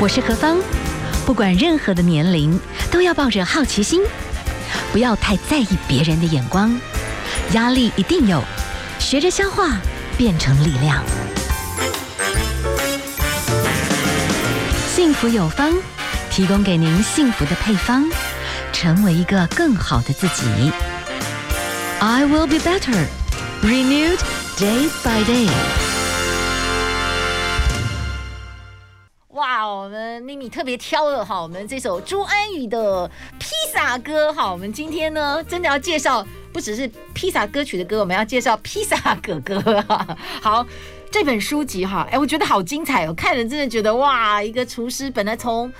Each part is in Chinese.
我是何芳，不管任何的年龄，都要抱着好奇心，不要太在意别人的眼光，压力一定有，学着消化，变成力量。幸福有方，提供给您幸福的配方，成为一个更好的自己。I will be better, renewed day by day。 哇，我们咪咪特别挑了哈，我们这首朱安宇的披萨歌哈，我们今天呢真的要介绍，不只是披萨歌曲的歌，我们要介绍披萨哥哥哈。好，这本书籍哈，我觉得好精彩哦，看人真的觉得哇，一个厨师本来从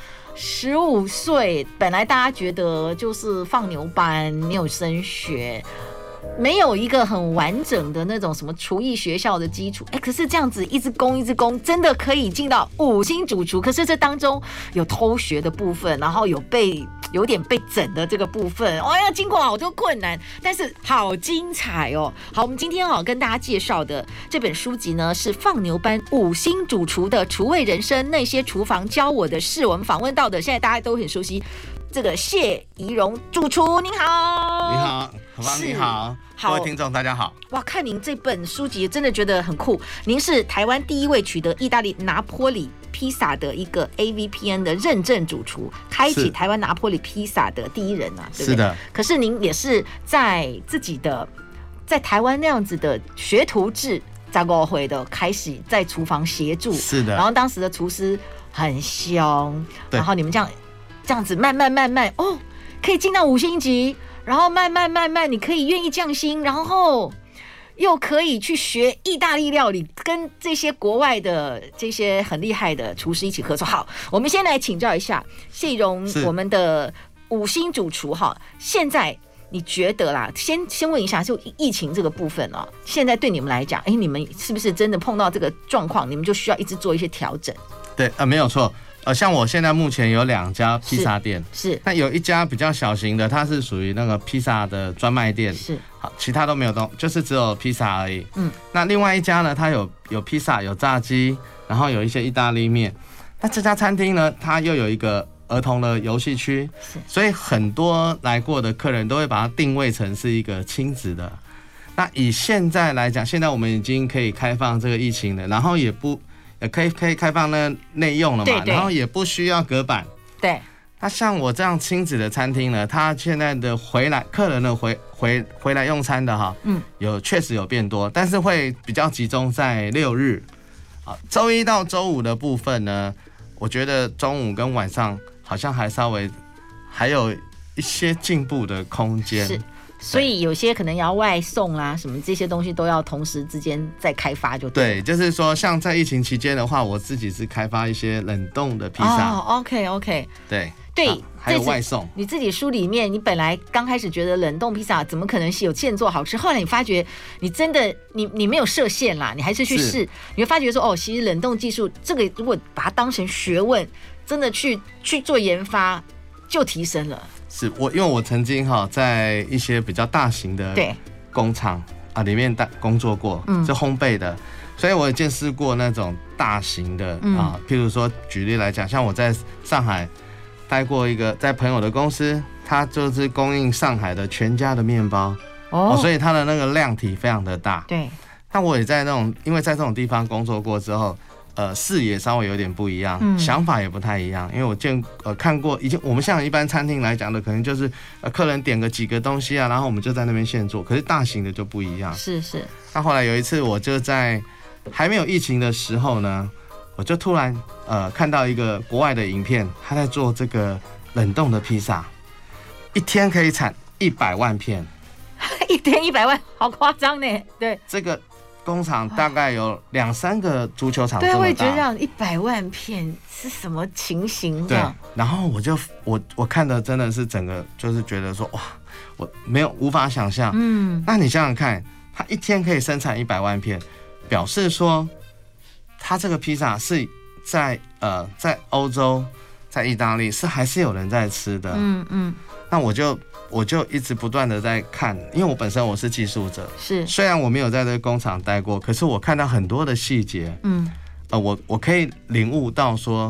15岁，本来大家觉得就是放牛班，没有升学。没有一个很完整的那种什么厨艺学校的基础，可是这样子一直攻，真的可以进到5星主厨。可是这当中有偷学的部分，然后有点被整的这个部分，要经过好多困难，但是好精彩哦。好，我们今天跟大家介绍的这本书籍呢，是放牛班5星主厨的厨味人生，那些厨房教我的事。我们访问到的，现在大家都很熟悉。这个谢宜荣主厨，您好。 你好，何芳，你好，各位听众大家好。 哇，看您这本书籍真的觉得很酷。您是台湾第一位取得意大利拿坡里披萨的一个 AVPN 的认证主厨，开启台湾拿坡里披萨的第一人啊，对不对？是的。可是您也是在自己的在台湾那样子的学徒制35回的开始在厨房协助， 是的。 然后当时的厨师很凶，然后你们这样子慢慢可以进到5星级，然后慢慢你可以愿意降薪，然后又可以去学意大利料理，跟这些国外的这些很厉害的厨师一起合作。好，我们先来请教一下谢宜荣，我们的5星主厨哈，现在你觉得啦，先问一下，就疫情这个部分哦，现在对你们来讲，你们是不是真的碰到这个状况，你们就需要一直做一些调整？ 对，没有错。像我现在目前有2家披萨店， 是， 那有一家比较小型的，它是属于那个披萨的专卖店， 是， 好，其他都没有动，就是只有披萨而已。那另外一家呢，它有披萨，有炸鸡，然后有一些意大利面。那这家餐厅呢，它又有一个儿童的游戏区，所以很多来过的客人都会把它定位成是一个亲子的。那以现在来讲，现在我们已经可以开放这个疫情了，然后也可以开放那内用了嘛， 对， 然后也不需要隔板。 对。 那像我这样亲子的餐厅呢，它现在的客人的回来用餐的哈，确实有变多，但是会比较集中在6日，周1到周5的部分呢，我觉得中午跟晚上好像还有一些进步的空间。是。 所以有些可能要外送啦，什么这些东西都要同时之间再开发就对。 对，就是说像在疫情期间的话，我自己是开发一些冷冻的披萨。 OK。对， 还有外送。 你自己书里面，你本来刚开始觉得冷冻披萨怎么可能有现做好吃，后来你发觉你真的你没有设限啦，你还是去试，你会发觉说其实冷冻技术这个如果把它当成学问，真的去做研发就提升了。 是因为我曾经在一些比较大型的工厂里面工作过，是烘焙的，所以我也见识过那种大型的譬如说举例来讲，像我在上海待过一个在朋友的公司，他就是供应上海的全家的面包，所以它的那个量体非常的大。 对， 那我也因为在这种地方工作过之后。视野稍微有点不一样，想法也不太一样，因为我看过，我们像一般餐厅来讲的，可能就是客人点个几个东西啊，然后我们就在那边现做，可是大型的就不一样。 是。 那后来有一次，我就在还没有疫情的时候呢，我就突然看到一个国外的影片，他在做这个冷冻的披萨，一天可以产100万片， 一天100万，好夸张呢。对，这个。工厂大概有2-3个足球场这么大。 对，我也觉得这样100万片是什么情形？ 对，然后我看的真的是整个就是觉得说哇，我无法想象。那你想想看，他一天可以生产100万片，表示说他这个披萨是在欧洲、在意大利还是有人在吃的。那我就一直不断的在看，因为我本身我是技术者，虽然我没有在这个工厂待过，可是我看到很多的细节，我可以领悟到说，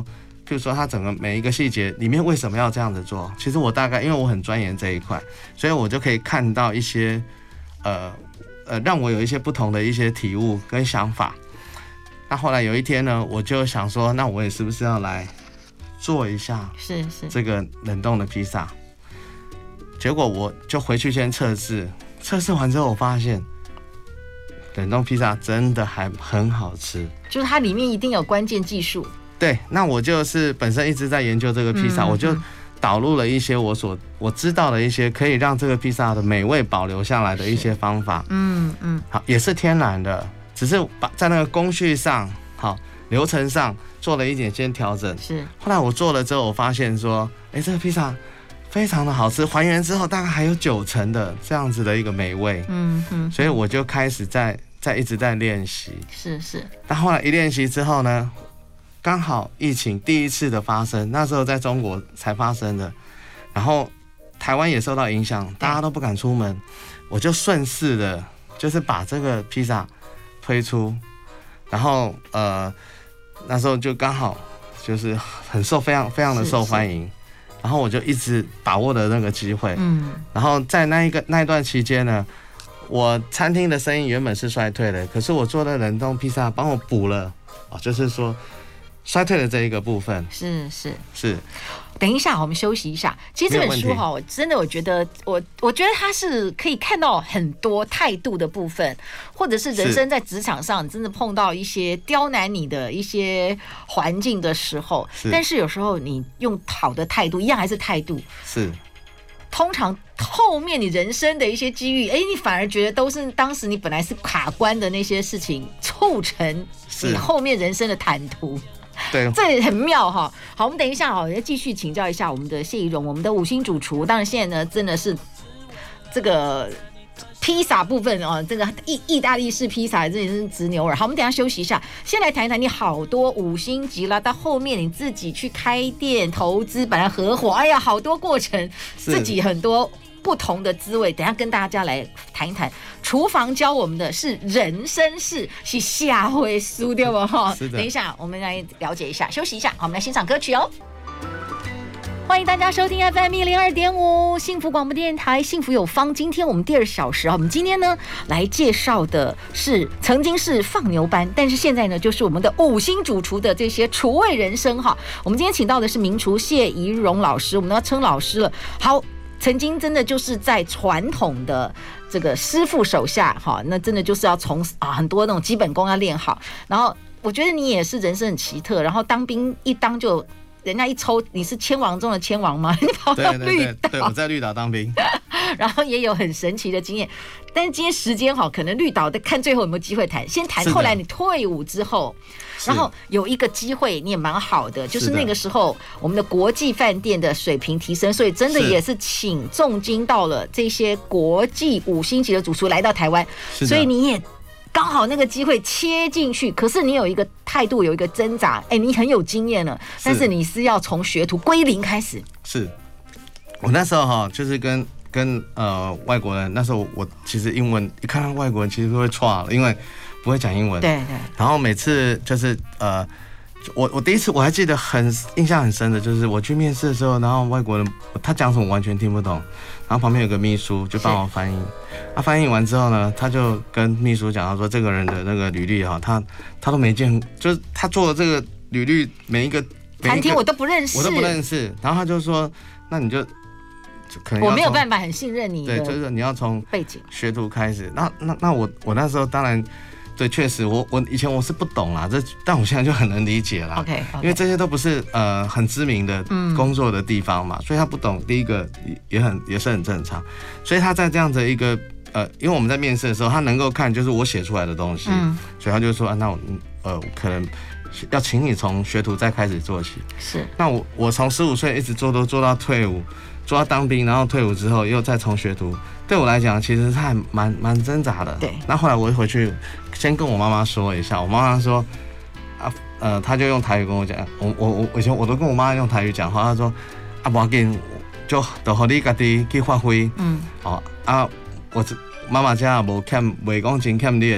如说它整个每一个细节里面为什么要这样子做，其实我大概因为我很钻研这一块，所以我就可以看到一些让我有一些不同的一些体悟跟想法。那后来有一天呢，我就想说，那我也是不是要来做一下这个冷冻的披萨？结果我就回去先测试完之后，我发现冷冻披萨真的还很好吃， 就是它里面一定有关键技术。 对，那我就是本身一直在研究这个披萨，我就导入了一些我知道的一些可以让这个披萨的美味保留下来的一些方法。好，也是天然的，只是在那个工序上，好流程上做了一点些调整。是，后来我做了之后，我发现说，这个披萨非常的好吃，还原之后大概还有90%的这样子的一个美味。所以我就开始一直在练习。是。但后来一练习之后呢，刚好疫情第一次的发生，那时候在中国才发生的，然后台湾也受到影响，大家都不敢出门，我就顺势的，就是把这个披萨推出，然后那时候就刚好就是非常的受欢迎，然后我就一直把握的那个机会，然后在那一段期间呢，我餐厅的生意原本是衰退的，可是我做的冷冻披萨帮我补了，就是说衰退的这一个部分。是。 等一下，我们休息一下。其实这本书哈，我觉得它是可以看到很多态度的部分，或者是人生在职场上，你真的碰到一些刁难你的一些环境的时候，但是有时候你用好的态度，一样还是态度。是。通常后面你人生的一些机遇，你反而觉得都是当时你本来是卡关的那些事情，促成你后面人生的坦途。对，这也很妙哈。好，我们等一下要继续请教一下我们的谢宜容，我们的5星主厨。当然现在呢，真的是这个披萨部分这个意大利式披萨真的是直牛耳。好，我们等一下休息一下，先来谈一谈你好多5星级啦，到后面你自己去开店投资，本来合伙，好多过程，自己很多不同的滋味。等一下跟大家来谈一谈。厨房教我们的是人生事，是下回输掉了哈。等一下我们来了解一下，休息一下，好，我们来欣赏歌曲哦。欢迎大家收听 FM 102.5幸福广播电台，幸福有方。今天我们第2小时我们今天呢来介绍的是曾经是放牛班，但是现在呢就是我们的5星主厨的这些厨味人生哈。我们今天请到的是名厨谢宜容老师，我们都要称老师了。好，曾经真的就是在传统的这个师傅手下那真的就是要从很多那种基本功要练好。然后我觉得你也是人生很奇特，然后当兵一当就人家一抽你是千王中的千王吗？你跑到绿岛， 对，我在绿岛当兵， 然后也有很神奇的经验。但是今天时间可能绿岛的看最后有没有机会谈，先谈后来你退伍之后，然后有一个机会你也蛮好的，就是那个时候我们的国际饭店的水平提升，所以真的也是请重金到了这些国际5星级的主厨来到台湾，所以你也刚好那个机会切进去。可是你有一个态度，有一个挣扎，你很有经验了，但是你是要从学徒归零开始。是我那时候就是跟外国人，那时候我其实英文一看到外国人其实都会错了，因为不会讲英文。对。然后每次就是我第一次我还记得印象很深的，就是我去面试的时候，然后外国人他讲什么完全听不懂，然后旁边有个秘书就帮我翻译。翻译完之后呢，他就跟秘书讲，他说这个人的那个履历他都没见，就是他做的这个履历每一个餐厅我都不认识，然后他就说那你就可能我没有办法很信任你的， 对，就是你要从背景学徒开始。那我那时候当然对，确实我以前我是不懂啦，但我现在就很能理解啦。OK， 因为这些都不是很知名的工作的地方嘛，所以他不懂，第一个也是很正常。所以他在这样的一个因为我们在面试的时候，他能够看就是我写出来的东西，所以他就说那我可能要请你从学徒再开始做起。是，那我从15岁一直做到退伍，做到当兵，然后退伍之后又再从学徒，对我来讲其实是还蛮挣扎的。对，那后来我回去先跟我妈妈说一下，我妈妈说她就用台语跟我讲，我以前我都跟我妈用台语讲话，她说不要紧，就让你自己去发挥。我妈妈家也无欠，袂讲真欠你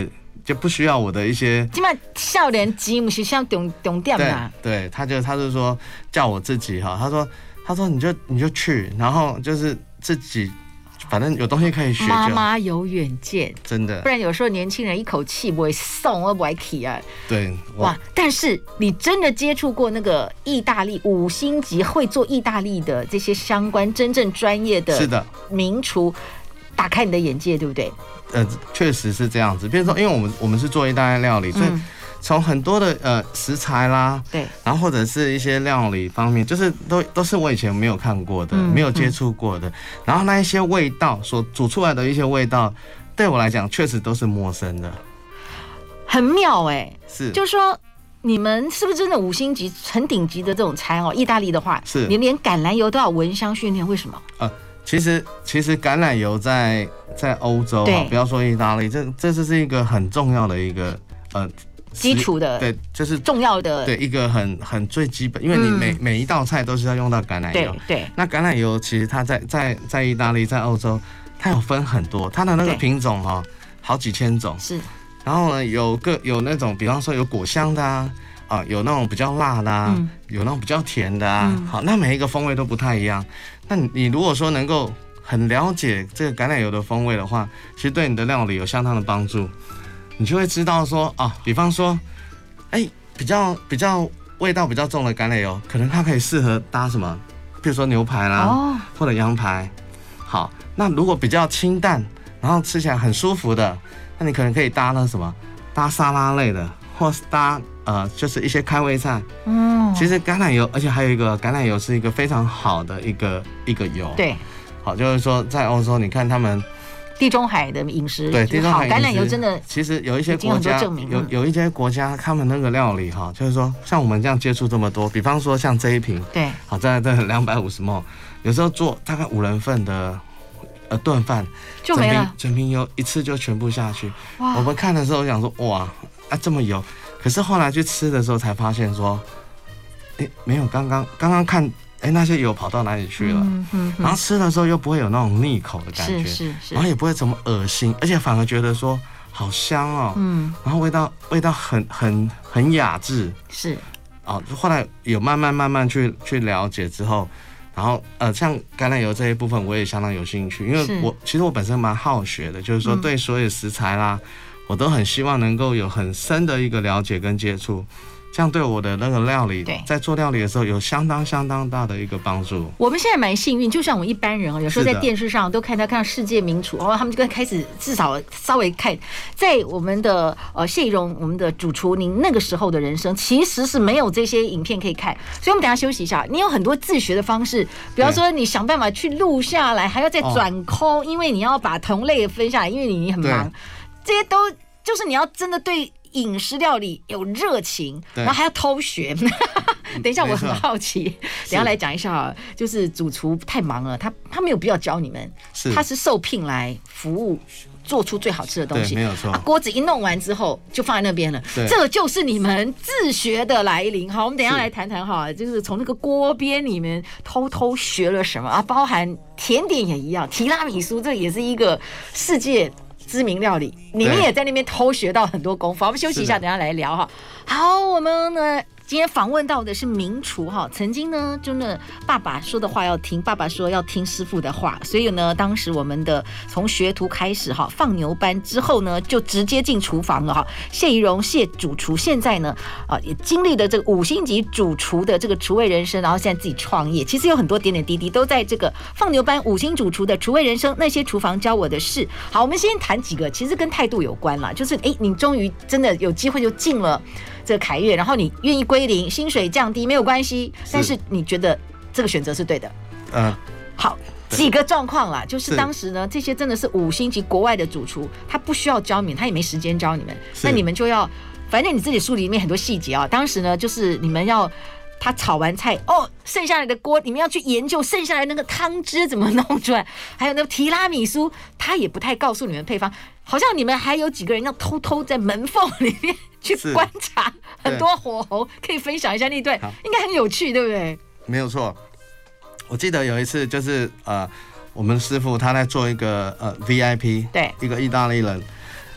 就不需要我的一些。 起码少年钱不是像重点啦。 对，他就说叫我自己哈，他说你就去，然后就是自己。反正有东西可以学， 妈妈有远见， 真的。 不然有时候年轻人一口气不会送，我不会起啊。 对， 哇！但是你真的接触过那个意大利5星级会做意大利的这些相关真正专业的， 是的， 名厨，打开你的眼界，对不对？ 确实是这样子。比如说，因为我们是做意大利料理，所以从很多的食材啦， 对， 然后或者是一些料理方面，就是都是我以前没有看过的，没有接触过的。然后那一些味道所煮出来的一些味道，对我来讲确实都是陌生的， 很妙哎。 是， 就是说你们是不是真的5星级很顶级的这种餐哦？意大利的话， 是你连橄榄油都要闻香训练，为什么？ 其实橄榄油在欧洲，不要说意大利，这是一个很重要的一个基础的， 对，就是重要的， 对，一个很最基本，因为你每一道菜都是要用到橄榄油。 对。那橄榄油其实它在意大利，在欧洲，它有分很多，它的那个品种好几千种。 是。 然后呢，有那种，比方说有果香的啊，有那种比较辣的啊，有那种比较甜的啊。好，那每一个风味都不太一样。那你如果说能够很了解这个橄榄油的风味的话，其实对你的料理有相当的帮助。你就会知道说比方说，比较味道比较重的橄榄油，可能它可以适合搭什么？比如说牛排啦，或者羊排。好，那如果比较清淡，然后吃起来很舒服的，那你可能可以搭那什么？搭沙拉类的，或是搭就是一些开胃菜。其实橄榄油，而且还有一个橄榄油是一个非常好的一个油。 对。 好，就是说在欧洲，你看他们。 地中海的饮食， 对，地中海橄榄油真的， 其实有一些国家有一些国家，他们那个料理就是说像我们这样接触这么多，比方说像这一瓶， 对， 好在250ml，有时候做大概5人份的炖饭就没了， 整瓶油一次就全部下去。我们看的时候想说哇这么油，可是后来去吃的时候才发现说，没有刚刚看。那些油跑到哪里去了？然后吃的时候又不会有那种腻口的感觉， 是， 然后也不会怎么恶心，而且反而觉得说好香哦，然后味道很雅致， 是， 后来有慢慢去了解之后，然后像橄榄油这一部分我也相当有兴趣，因为其实我本身蛮好学的，就是说对所有食材啦，我都很希望能够有很深的一个了解跟接触。这样对我的那个料理，在做料理的时候有相当大的一个帮助。 我们现在蛮幸运，就像我们一般人有时候在电视上都看到世界名厨，他们就开始至少稍微看，在我们的谢宜容，我们的主厨，您那个时候的人生其实是没有这些影片可以看，所以我们等一下休息一下。你有很多自学的方式，比方说你想办法去录下来，还要再转空，因为你要把同类分下来，因为你很忙，这些都就是你要真的对饮食料理有热情，然后还要偷学。等一下，我很好奇，等一下来讲一下就是主厨太忙了，他没有必要教你们，他是受聘来服务，做出最好吃的东西， 没有错。 锅子一弄完之后就放在那边了，这个就是你们自学的来临。好，我们等一下来谈谈就是从那个锅边里面偷学了什么包含甜点也一样，提拉米苏这也是一个世界知名料理，你们也在那边偷学到很多功夫。我们休息一下，等一下来聊好，我们呢今天访问到的是名厨曾经呢真的爸爸说的话要听，爸爸说要听师傅的话，所以呢当时我们的从学徒开始放牛班之后呢就直接进厨房了谢宜容谢主厨现在呢也经历了这个5星级主厨的这个厨味人生，然后现在自己创业，其实有很多点点滴滴都在这个放牛班5星主厨的厨味人生，那些厨房教我的事。好，我们先谈几个其实跟态度有关啦，就是你终于真的有机会就进了这个凯悦，然后你愿意归零，薪水降低没有关系，但是你觉得这个选择是对的。好，几个状况啦，就是当时呢，这些真的是5星级国外的主厨，他不需要教你们，他也没时间教你们，那你们就要，反正你自己书里面很多细节当时呢，就是你们要。他炒完菜剩下来的锅，你们要去研究剩下来那个汤汁怎么弄出来，还有那个提拉米苏，他也不太告诉你们配方，好像你们还有几个人要偷偷在门缝里面去观察很多火候，可以分享一下那段，应该很有趣，对不对？ 没有错，我记得有一次就是我们师傅他在做一个VIP， 对，一个意大利人，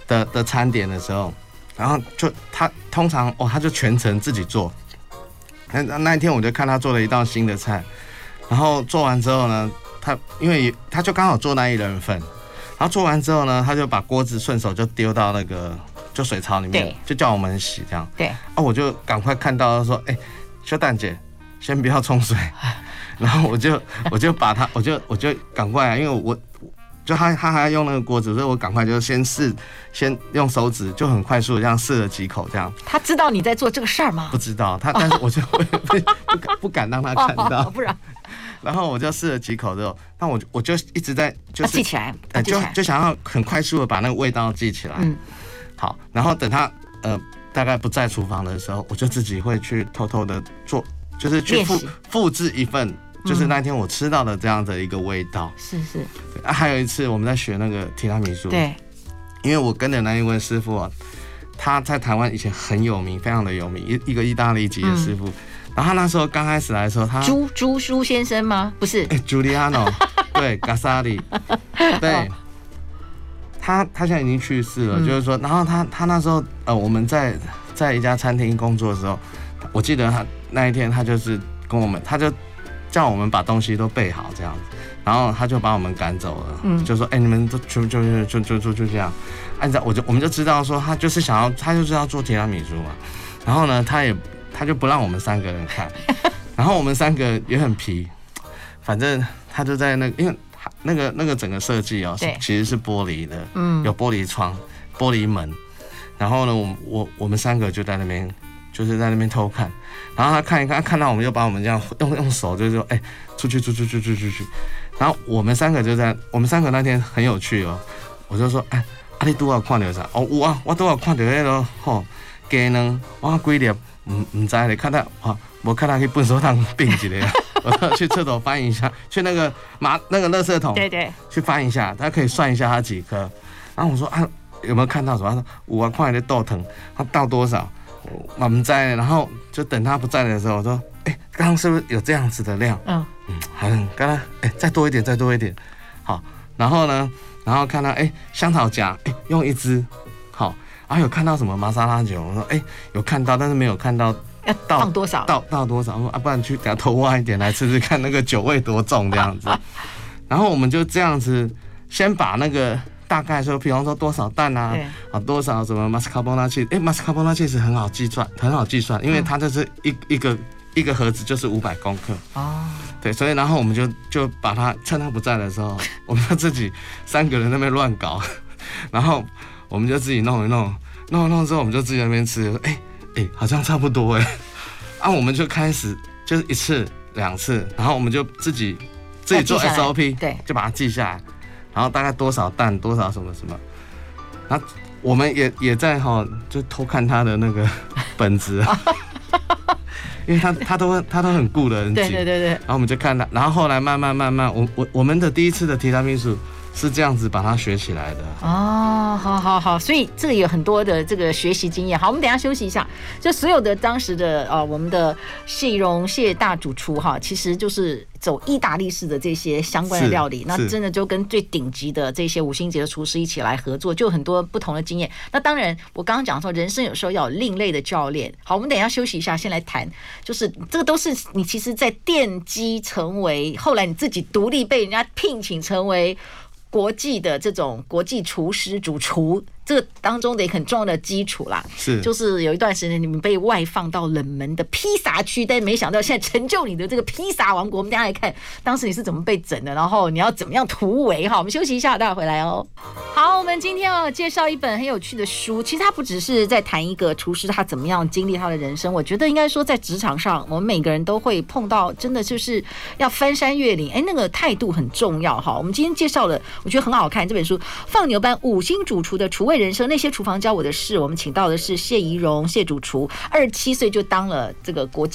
的餐点的时候，然后就他通常他就全程自己做。那一天我就看他做了一道新的菜，然后做完之后呢，因为他就刚好做那1人份，然后做完之后呢，他就把锅子顺手就丢到那个就水槽里面，就叫我们洗这样。 对， 我就赶快看到说，秀蛋姐，先不要冲水，然后我就把它，我就赶快，因为我就他还要用那个锅子，所以我赶快就先用手指就很快速的这样试了几口这样。 他知道你在做这个事儿吗？ 不知道他，但是我就不敢让他看到， 不然。 然后我就试了几口之后，那我就一直在就是记起来， 就想要很快速的把那个味道记起来。好，然后等他大概不在厨房的时候，我就自己会去偷偷的做，就是去复制一份。就是那天我吃到的这样的一个味道， 是。 还有一次我们在学那个提拉米苏，对，因为我跟的那一位师傅他在台湾以前很有名，非常的有名，一个意大利籍的师傅。然后他那时候刚开始来的时候，他朱书先生吗？不是 ，Giuliano， 对 ，Gassari， 对，他现在已经去世了。就是说，然后他那时候我们在一家餐厅工作的时候，我记得他那一天他就是跟我们，他就叫我们把东西都备好这样子，然后他就把我们赶走了，就说你们都就这样，按照我们就知道说他就是要做提拉米苏嘛，然后呢他就不让我们3个人看，然后我们3个也很皮，反正他就在因为那个整个设计其实是玻璃的，有玻璃窗、玻璃门，然后呢我们3个就在那边。就是在那边偷看，然后他看一看，看到我们就把我们这样用手就说，出去，然后我们3个那天很有趣我就说，你拄好看到啥？有啊，我拄好看到那个鸡卵，我几粒唔知咧，看到无看到去粪扫桶并一个，我去厕所翻一下，去那个垃圾桶，对，去翻一下，他可以算一下他几颗。然后我说有没有看到什么？他说有啊，看到豆藤，他倒多少？我们在，然后就等他不在的时候，我说，刚刚是不是有这样子的量？好，刚刚再多一点，好，然后呢，看到香草荚，用1支，好，然后有看到什么玛莎拉酒？我说，有看到，但是没有看到要放多少， 到多少？我说不然去给他偷挖一点来吃吃看，那个酒味多重这样子。然后我们就这样子，先把那个。大概说，比方说多少蛋多少什么 mascarpone cheese，mascarpone cheese 很好计算，因为它就是一个盒子就是500公克对，所以然后我们就把它趁他不在的时候，我们就自己3个人在那边乱搞，然后我们就自己弄一弄之后，我们就自己在那边吃，好像差不多我们就开始就是1次2次，然后我们就自己做 SOP， 对，就把它记下来。然后大概多少蛋，多少什么，然后我们也在就偷看他的那个本子，因为他都很顾得很紧，对。然后我们就看他，然后后来慢慢，我们的第1次的提拉米苏是这样子把它学起来的。 好，所以这个有很多的这个学习经验。好，我们等一下休息一下。就所有的当时的我们的谢宜容谢大主厨其实就是走意大利式的这些相关的料理，那真的就跟最顶级的这些5星级的厨师一起来合作，就有很多不同的经验。那当然，我刚刚讲说，人生有时候要有另类的教练。好，我们等一下休息一下，先来谈，就是这个都是你其实在奠基成为后来你自己独立被人家聘请成为国际的这种国际厨师主厨，这个当中的一个很重要的基础啦，就是有一段时间你们被外放到冷门的披萨区，但没想到现在成就你的这个披萨王国。我们等一下来看当时你是怎么被整的，然后你要怎么样突围。好，我们休息一下，待会回来哦。好，我们今天要介绍一本很有趣的书，其实它不只是在谈一个厨师他怎么样经历他的人生，我觉得应该说在职场上我们每个人都会碰到，真的就是要翻山越岭，那个态度很重要。好，我们今天介绍了我觉得很好看这本书，放牛班5星主厨的厨味人生，那些厨房教我的事。我们请到的是谢宜容谢主厨，27岁就当了这个国际的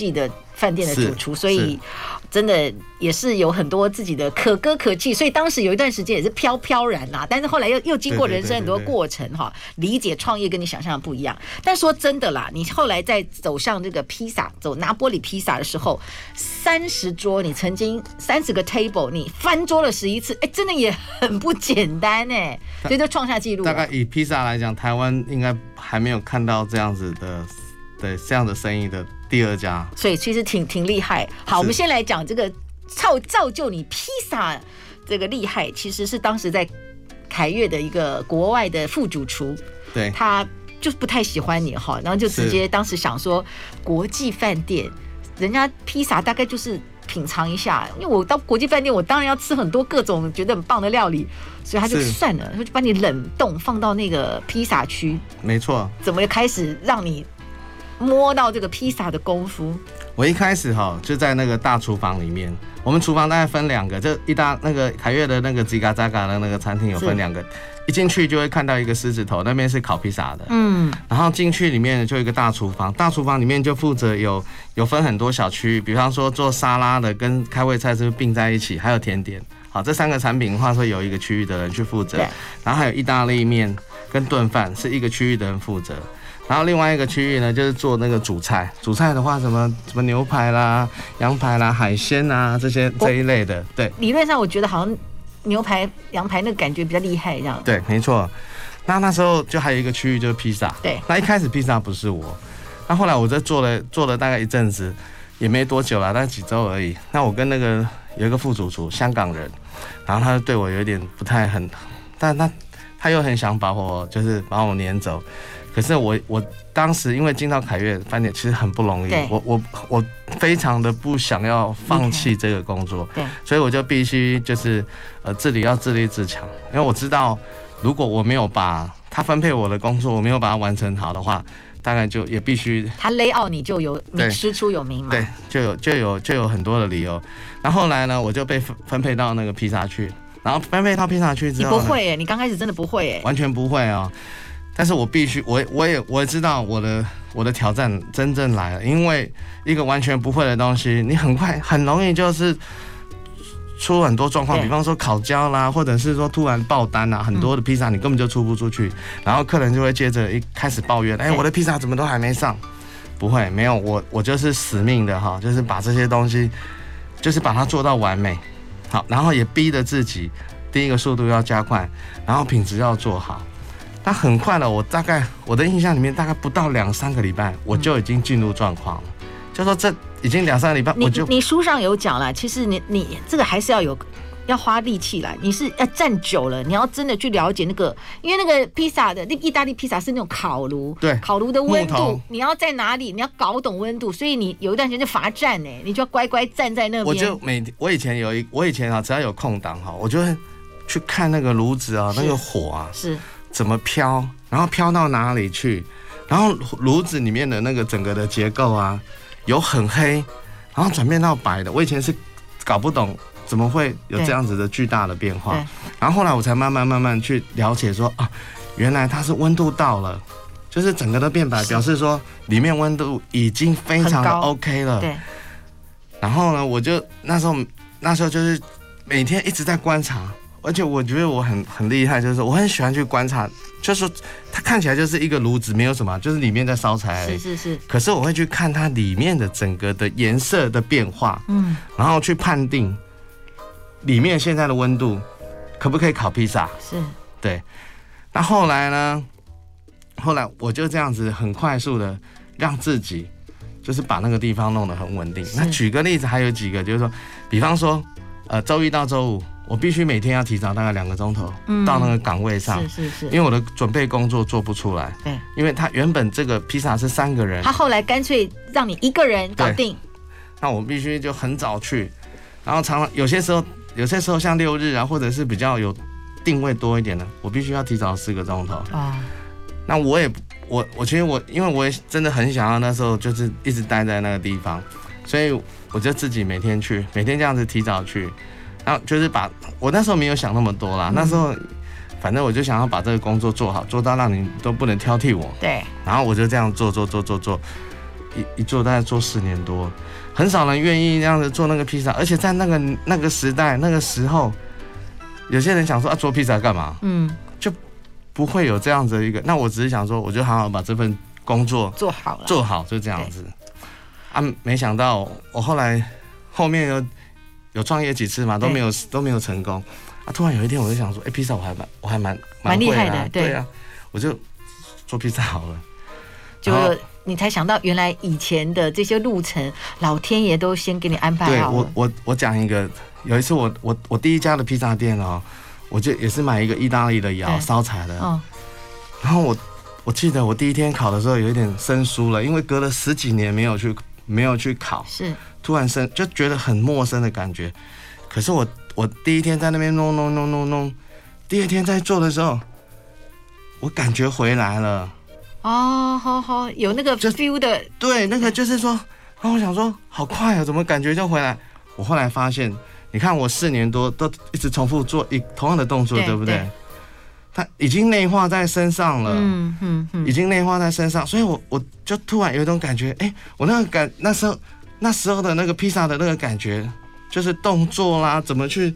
饭店的主厨，所以真的也是有很多自己的可歌可泣，所以当时有一段时间也是飘飘然啦，但是后来又经过人生很多过程哈，理解创业跟你想象的不一样。但说真的啦，你后来在走上这个披萨，走拿玻璃披萨的时候，30桌，你曾经30个 table， 你翻桌了11次，真的也很不简单哎，所以就创下纪录。 大概以披萨来讲，台湾应该还没有看到这样子的，对这样的生意的第2家， 所以其实挺厉害。好，我们先来讲这个造就你披萨这个厉害，其实是当时在凯悦的一个国外的副主厨， 对， 他就不太喜欢你哈，然后就直接当时想说国际饭店，人家披萨大概就是品尝一下，因为我到国际饭店，我当然要吃很多各种觉得很棒的料理，所以他就算了，就把你冷冻放到那个披萨区。没错，怎么开始让你摸到这个披萨的功夫？ 我一开始就在那个大厨房里面，我们厨房大概分2个，就那个凯悦的那个吉嘎扎嘎的那个餐厅有分2个，一进去就会看到一个狮子头，那边是烤披萨的，然后进去里面就有一个大厨房，大厨房里面就负责有分很多小区域，比方说做沙拉的跟开胃菜是并在一起，还有甜点。好，这3个产品的话，会有一个区域的人去负责，然后还有意大利面跟炖饭是一个区域的人负责。然后另外一个区域呢，就是做那个主菜。主菜的话，什么牛排啦、羊排啦、海鲜啊这一类的。对， 理论上我觉得好像牛排、羊排那个感觉比较厉害，这样。 对，没错。那时候就还有一个区域就是披萨。 对。 那一开始披萨不是我，那后来我在做了大概一阵子，也没多久啦，大概几周而已。那我跟那个有一个副主厨，香港人，然后他就对我有点不太很，但他又很想把我撵走。可是我当时因为进到凯悦饭店其实很不容易，我非常的不想要放弃这个工作，所以我就必须自己要自立自强，因为我知道如果我没有把他分配我的工作，我没有把它完成好的话，大概就也必须他勒out你就有你师出有名嘛， 对，就有很多的理由。然后后来呢，我就被分配到那个披萨去，然后分配到披萨去之后， 你不会耶，你刚开始真的不会耶， 完全不会哦。但是我必须，我也知道我的挑战真正来了，因为一个完全不会的东西，你很容易就是出很多状况，比方说烤焦啦，或者是说突然爆单啊，很多的披萨你根本就出不出去，然后客人就会接着一开始抱怨，我的披萨怎么都还没上？不会，没有，我就是死命的哈，就是把这些东西，就是把它做到完美，好，然后也逼着自己，第一个速度要加快，然后品质要做好。但很快了，我的印象里面大概不到2-3个礼拜，我就已经进入状况了。就说这已经2-3个礼拜， 你书上有讲了，其实你这个还是要花力气啦，你是要站久了，你要真的去了解那个，因为那个披萨的意大利披萨是那种烤炉， 对， 烤炉的温度你要在哪里，你要搞懂温度，所以你有一段时间就罚站你就要乖乖站在那边。 我以前只要有空档我就会去看那个炉子那个火是怎么飘，然后飘到哪里去，然后炉子里面的那个整个的结构有很黑，然后转变到白的。我以前是搞不懂怎么会有这样子的巨大的变化，然后后来我才慢慢去了解说原来它是温度到了，就是整个都变白，表示说里面温度已经非常的 OK 了。 对。 然后呢，我就那时候就是每天一直在观察。而且我觉得我很厉害，就是我很喜欢去观察，就是说它看起来就是一个炉子，没有什么，就是里面在烧柴而已。 是。 可是我会去看它里面的整个的颜色的变化，然后去判定里面现在的温度可不可以烤披萨。 是。 对。那后来呢？后来我就这样子很快速的让自己就是把那个地方弄得很稳定。那举个例子，还有几个就是说，比方说周一到周五。我必须每天要提早大概2个钟头到那个岗位上， 是， 因为我的准备工作做不出来。 对， 因为他原本这个披萨是3个人， 他后来干脆让你1个人搞定。 那我必须就很早去，然后常常有些时候像6日或者是比较有定位多一点的，我必须要提早4个钟头。那我其实因为我也真的很想要那时候就是一直待在那个地方，所以我就自己每天这样子提早去。然后就是我那时候没有想那么多啦，那时候反正我就想要把这个工作做好，做到让你都不能挑剔我。 对。 然后我就这样做， 一做大概做4年多，很少人愿意那样子做那个披萨，而且在那个时代那个时候，有些人想说做披萨干嘛？就不会有这样子的一个。那我只是想说，我就好好把这份工作做好了， 就这样子。没想到我后面有创业几次嘛，都没有成功。突然有一天我就想说，披萨我还蛮厉害的， 对啊，我就做披萨好了。 就你才想到，原来以前的这些路程，老天爷都先给你安排好了。 对，我讲一个，有一次我第一家的披萨店我就也是买一个意大利的窑烧柴的，然后我记得我第一天烤的时候有一点生疏了，因为隔了10几年没有去烤， 是突然就觉得很陌生的感觉。可是我第一天在那边弄，第二天在做的时候，我感觉回来了。 好，有那个 feel 的， 对，那个就是说，然后我想说，好快啊，怎么感觉就回来？我后来发现，你看我4年多都一直重复做同样的动作，对不对？它已经内化在身上了，已经内化在身上，所以我就突然有一种感觉，我那时候的那个披萨的那个感觉，就是动作啦，怎么去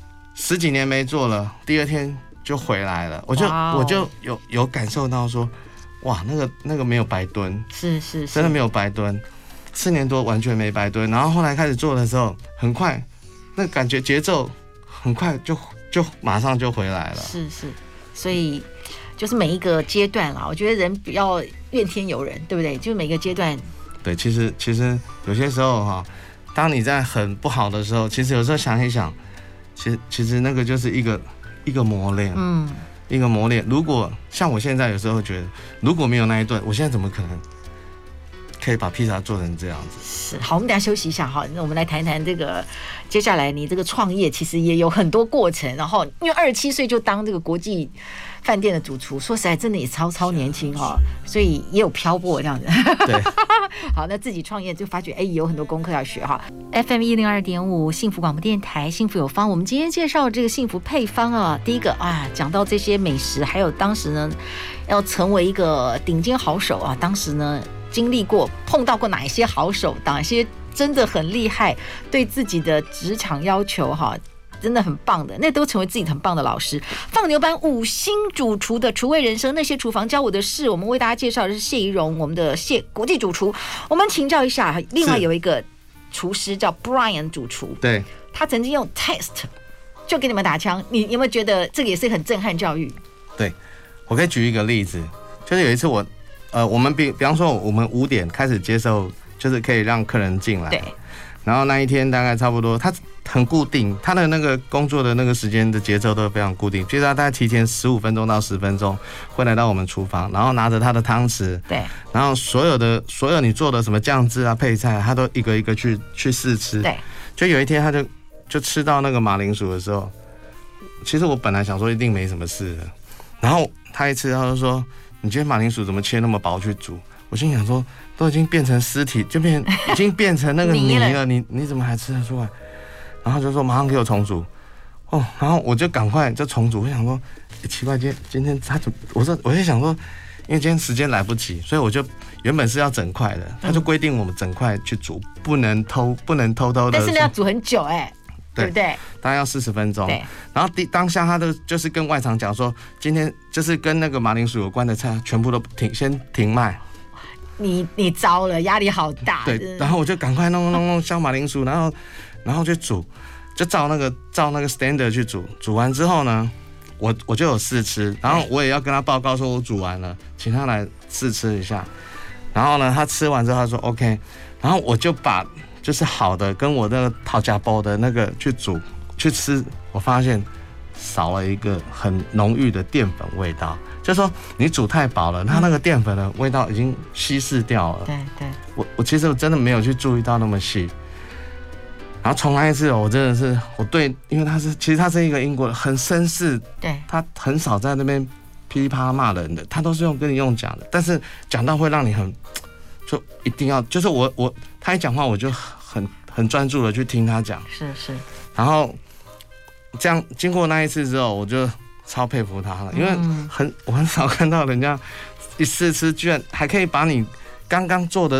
10几年没做了，第二天就回来了，我就有感受到说。哇，那个没有白蹲， 是， 真的没有白蹲，4年多完全没白蹲。然后后来开始做的时候，很快，那感觉节奏很快就马上就回来了。 是，所以就是每一个阶段啦，我觉得人不要怨天尤人，对不对？就每个阶段。对， 其实有些时候当你在很不好的时候，其实有时候想一想，其实那个就是一个磨练，一个磨练。如果像我现在有时候觉得，如果没有那一顿，我现在怎么可能可以把披萨做成这样子？ 是。好，我们等一下休息一下哈，那我们来谈谈这个接下来你这个创业其实也有很多过程，然后因为27岁就当这个国际饭店的主厨，说实在真的也超年轻哈，所以也有漂泊这样子。 对。 好，那自己创业就发觉有很多功课要学哈。FM102.5幸福广播电台，幸福有方。我们今天介绍这个幸福配方第一个讲到这些美食，还有当时呢要成为一个顶尖好手当时呢经历过碰到过哪一些好手，哪些真的很厉害，对自己的职场要求真的很棒的，那都成为自己很棒的老师。放牛班5星主厨的厨味人生，那些厨房教我的事，我们为大家介绍的是谢宜蓉，我们的国际主厨。我们请教一下，另外有一个厨师叫 Brian 主厨， 对， 他曾经用 test 就给你们打枪，你有没有觉得这个也是很震撼教育？ 对，我可以举一个例子，就是有一次我们比方说我们5点开始接受，就是可以让客人进来， 对。 然后那一天大概差不多，他很固定，他的那个工作的那个时间的节奏都非常固定，就是他大概提前15分钟到10分钟会来到我们厨房，然后拿着他的汤匙， 对， 然后所有你做的什么酱汁配菜，他都一个一个去试吃， 对。 就有一天他就吃到那个马铃薯的时候，其实我本来想说一定没什么事的，然后他一吃他就说：“你今天马铃薯怎么切那么薄去煮？”我心想说，都已经变成尸体，已经变成那个泥了，你怎么还吃得出来？然后就说马上给我重煮，然后我就赶快就重煮。我想说，奇怪，今天他怎么？我就想说，因为今天时间来不及，所以我就原本是要整块的，他就规定我们整块去煮，不能偷的。 但是那要煮很久对不对？ 大概要40分钟。 对。 然后当下他就是跟外场讲说，今天就是跟那个马铃薯有关的菜全部都先停卖。 你糟了，压力好大。 对，然后我就赶快弄削马铃薯，然后去煮，就照那个 standard 去煮。煮完之后呢，我就有试吃，然后我也要跟他报告说我煮完了，请他来试吃一下。然后呢，他吃完之后他说 OK， 然后我就把就是好的跟我那个讨价包的那个去煮去吃，我发现少了一个很浓郁的淀粉味道。就是说你煮太薄了，它那个淀粉的味道已经稀释掉了。 对， 我其实真的没有去注意到那么细。然后重来一次我真的是因为其实他是一个英国人，很绅士， 对，他很少在那边噼里啪啦骂人的，他都是跟你用讲的，但是讲到会让你就一定要，就是他一讲话我就很专注的去听他讲， 是， 然后这样经过那一次之后，我就超佩服他了，因为我很少看到人家一试吃居然还可以把你刚刚做的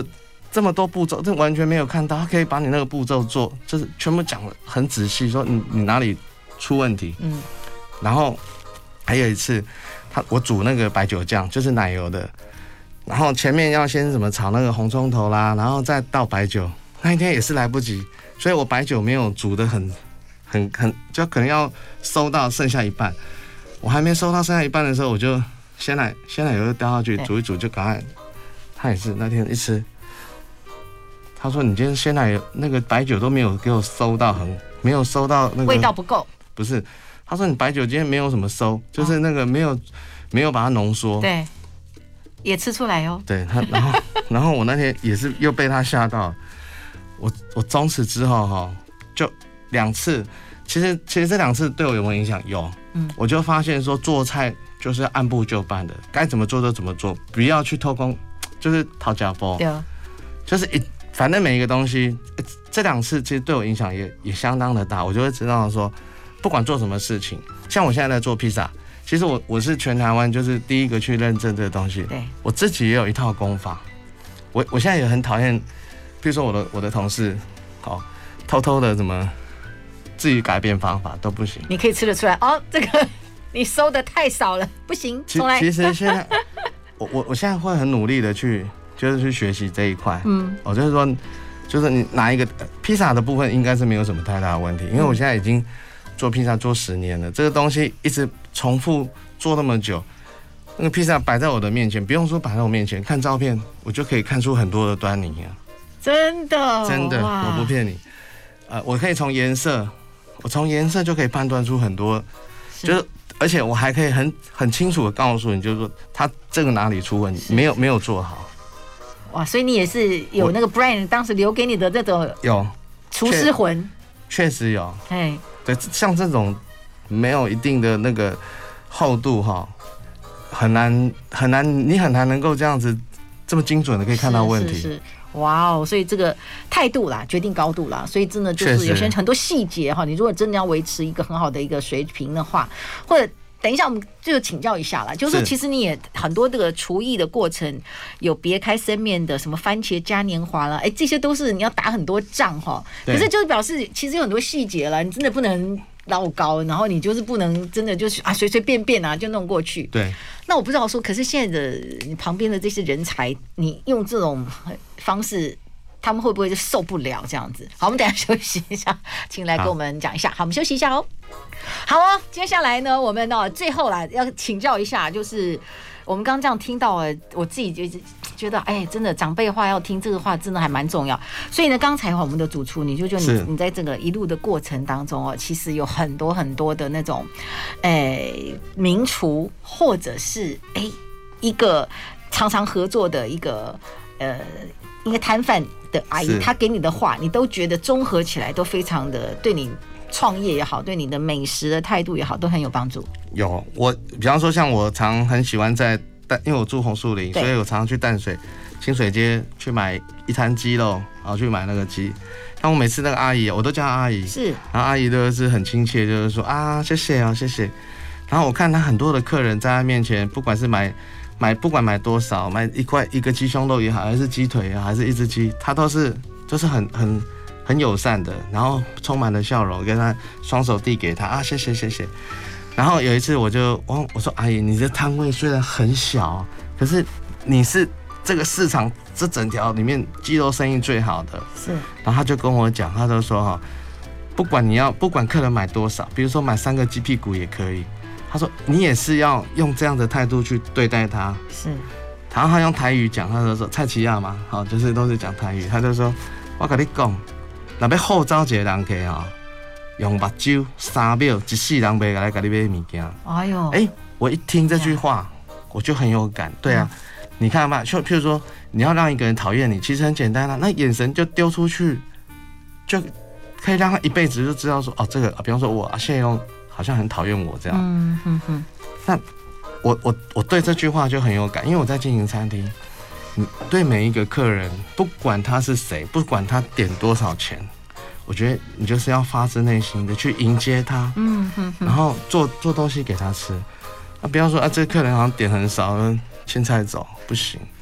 这么多步骤，这完全没有看到，他可以把你那个步骤做，就是全部讲得很仔细，说你哪里出问题。然后还有一次，我煮那个白酒酱，就是奶油的，然后前面要先怎么炒那个红葱头啦，然后再倒白酒，那一天也是来不及，所以我白酒没有煮得很，就可能要收到剩下一半。我还没收到剩下一半的时候，我就鲜奶油就掉下去，煮一煮就赶快。他也是那天一吃，他说你今天鲜奶油那个白酒都没有给我收到没有收到那个味道不够。 不是，他说你白酒今天没有什么收，就是那个没有把它浓缩。 对，也吃出来哦。 对他，然后我那天也是又被他吓到，我从此之后哈就2次。其实这2次对我有没有影响？有，我就发现说做菜就是要按部就班的，该怎么做就怎么做，不要去偷工，就是讨假包。 对， 就是反正每一个东西，这2次其实对我影响也相当的大，我就会知道说，不管做什么事情，像我现在在做披萨，其实我是全台湾就是第一个去认证这个东西， 对， 我自己也有一套功法，我现在也很讨厌，比如说我的同事，偷偷的怎么。自己改变方法都不行， 你可以吃得出来哦。这个你收的太少了，不行，重来。 其实现在我现在会很努力的去学习这一块。我就是说，就是你哪一个披萨的部分应该是没有什么太大的问题，因为我现在已经做披萨做10年了，这个东西一直重复做那么久，那个披萨摆在我的面前，不用说摆在我面前，看照片我就可以看出很多的端倪啊。 真的， 我不骗你。我可以从颜色。我从颜色就可以判断出很多，就是而且我还可以很清楚的告诉你，就是说它这个哪里出问题，没有做好。 哇，所以你也是有那个 Brian 当时留给你的这种有厨师魂， 确实有。 哎， 对，像这种没有一定的那个厚度哈，很难，你很难能够这样子这么精准的可以看到问题。 是。哇哦，所以这个态度啦，决定高度啦，所以真的就是有些很多细节哈，你如果真的要维持一个很好的一个水平的话，或者等一下我们就请教一下啦，就是说其实你也很多这个厨艺的过程，有别开生面的什么番茄嘉年华啦，这些都是你要打很多仗哈，可是就是表示其实有很多细节啦，你真的不能老高，然后你就是不能真的就是随随便便就弄过去。 对。 那我不知道说，可是现在的你旁边的这些人才，你用这种方式，他们会不会就受不了这样子？好，我们等一下休息一下，请来跟我们讲一下。好，我们休息一下哦。好哦，接下来呢，我们最后啦要请教一下，就是我们刚刚这样听到我自己就觉得，真的长辈话要听，这个话真的还蛮重要。所以呢，刚才我们的主厨，你就觉得你在这个一路的过程当中其实有很多很多的那种，名厨或者是一个常常合作的一个一个摊贩的阿姨，她给你的话，你都觉得综合起来都非常的对你创业也好，对你的美食的态度也好，都很有帮助。有， 我比方说像我很喜欢因为我住红树林，所以我常常去淡水清水街去买一摊鸡肉，然后去买那个鸡。像我每次那个阿姨，我都叫她阿姨， 是， 然后阿姨都是很亲切，就是说谢谢哦，谢谢。然后我看她很多的客人在她面前，不管是不管买多少，买一个鸡胸肉也好，还是鸡腿啊，还是一只鸡，她都是很友善的，然后充满了笑容，跟她双手递给她谢谢谢谢。然后有一次我说阿姨，你的摊位虽然很小，可是你是这个市场这整条里面鸡肉生意最好的。 是。 然后他就跟我讲，他就说不管客人买多少，比如说买3个鸡屁股也可以。他说你也是要用这样的态度去对待他。 是。 然后他用台语讲，他就说蔡奇亚嘛，就是都是讲台语。他就说我跟你讲，若要号召一个人去用目睭3秒，一世人袂来给你买物件。 哎呦， 我一听这句话，我就很有感。对啊，你看嘛，就譬如说，你要让一个人讨厌你，其实很简单啊，那眼神就丢出去，就可以让他一辈子就知道说，这个，比方说我谢荣好像很讨厌我这样。那我对这句话就很有感，因为我在经营餐厅，你对每一个客人，不管他是谁，不管他点多少钱。我觉得你就是要发自内心的去迎接他，然后做东西给他吃，不要说这个客人好像点很少，青菜走不行。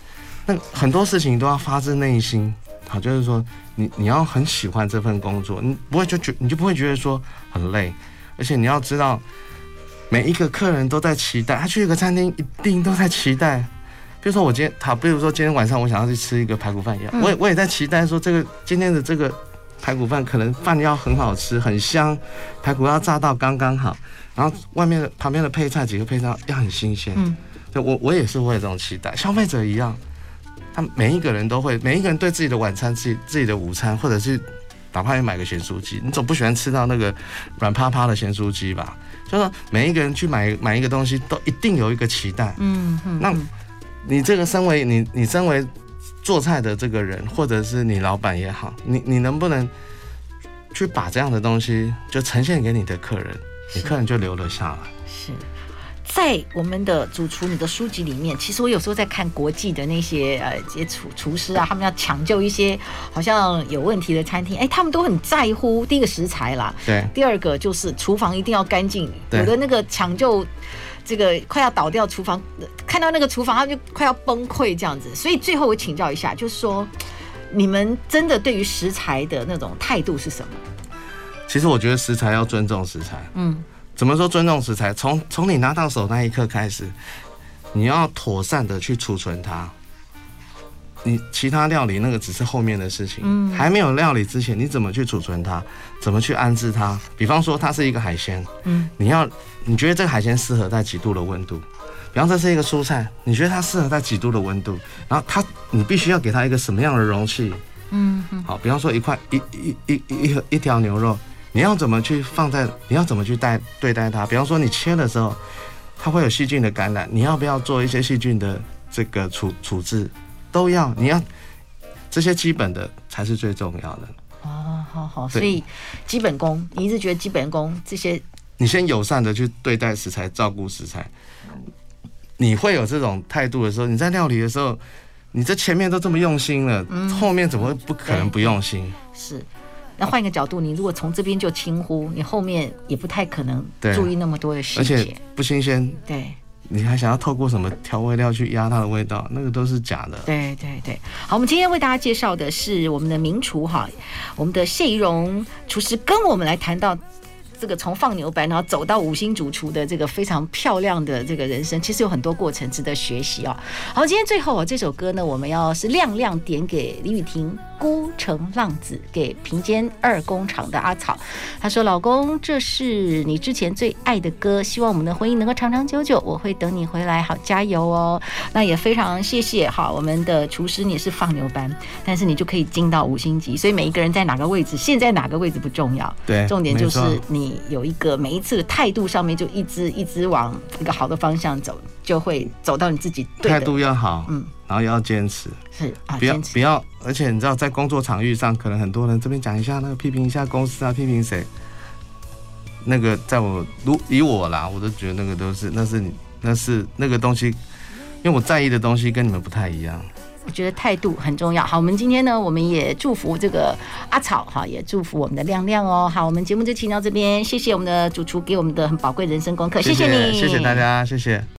那很多事情都要发自内心。好，就是说你要很喜欢这份工作，你就不会觉得说很累，而且你要知道每一个客人都在期待，他去一个餐厅一定都在期待。比如说比如说今天晚上我想要去吃一个排骨饭一样，我也在期待说今天的这个排骨饭可能饭要很好吃，很香，排骨要炸到刚刚好，然后旁边的几个配菜要很新鲜。我也是会有这种期待，消费者一样。他每一个人对自己的晚餐、自己的午餐，或者是哪怕你买个咸酥鸡，你总不喜欢吃到那个软趴趴的咸酥鸡吧？就是说每一个人去买一个东西，都一定有一个期待。那你这个身为你身为做菜的这个人，或者是你老板也好，你能不能去把这样的东西就呈现给你的客人，你客人就留了下来。 是。在我们的主厨你的书籍里面，其实我有时候在看国际的那些厨师啊，他们要抢救一些好像有问题的餐厅，他们都很在乎第一个食材啦， 对， 第二个就是厨房一定要干净，有的那个抢救这个快要倒掉厨房，看到那个厨房他就快要崩溃这样子。所以最后我请教一下，就是说你们真的对于食材的那种态度是什么？ 其实我觉得食材要尊重食材。怎么说尊重食材？从你拿到手那一刻开始，你要妥善的去储存它。你其他料理那个只是后面的事情，还没有料理之前，你怎么去储存它？怎么去安置它？比方说它是一个海鲜，你觉得这个海鲜适合在几度的温度？比方这是一个蔬菜，你觉得它适合在几度的温度？然后你必须要给它一个什么样的容器？好，比方说一条牛肉。你要怎么去对待它？比方说你切的时候，它会有细菌的感染，你要不要做一些细菌的这个处置？都要，你要这些基本的才是最重要的。 好，所以基本功，你一直觉得基本功这些， 你先友善的去对待食材，照顾食材，你会有这种态度的时候，你在料理的时候，你这前面都这么用心了，后面怎么会不可能不用心？ 是。那换一个角度，你如果从这边就轻忽，你后面也不太可能注意那么多的细节， 而且不新鲜。 对， 你还想要透过什么调味料去压它的味道，那个都是假的。 对。好，我们今天为大家介绍的是我们的名厨我们的谢宜容厨师，跟我们来谈到这个从放牛班然后走到5星主厨的这个非常漂亮的这个人生，其实有很多过程值得学习哦。好，今天最后这首歌呢，我们要是亮亮点给李雨婷，孤城浪子，给平间2工厂的阿草。他说：“老公，这是你之前最爱的歌，希望我们的婚姻能够长长久久，我会等你回来，好加油哦。”那也非常谢谢我们的厨师，你也是放牛班，但是你就可以进到5星级，所以每一个人在哪个位置，现在哪个位置不重要， 对， 重点就是你有一个每一次的态度上面就一直往一个好的方向走，就会走到你自己对的态度要好，然后要坚持， 是不要，而且你知道在工作场域上，可能很多人这边讲一下那个批评一下公司啊，批评谁，那个在以我啦，我都觉得那个都是那是那个东西，因为我在意的东西跟你们不太一样。 我觉得态度很重要。好，我们今天呢，我们也祝福这个阿草也祝福我们的亮亮哦。好，我们节目就请到这边，谢谢我们的主厨给我们的很宝贵人生功课，谢谢你， 谢谢大家，谢谢。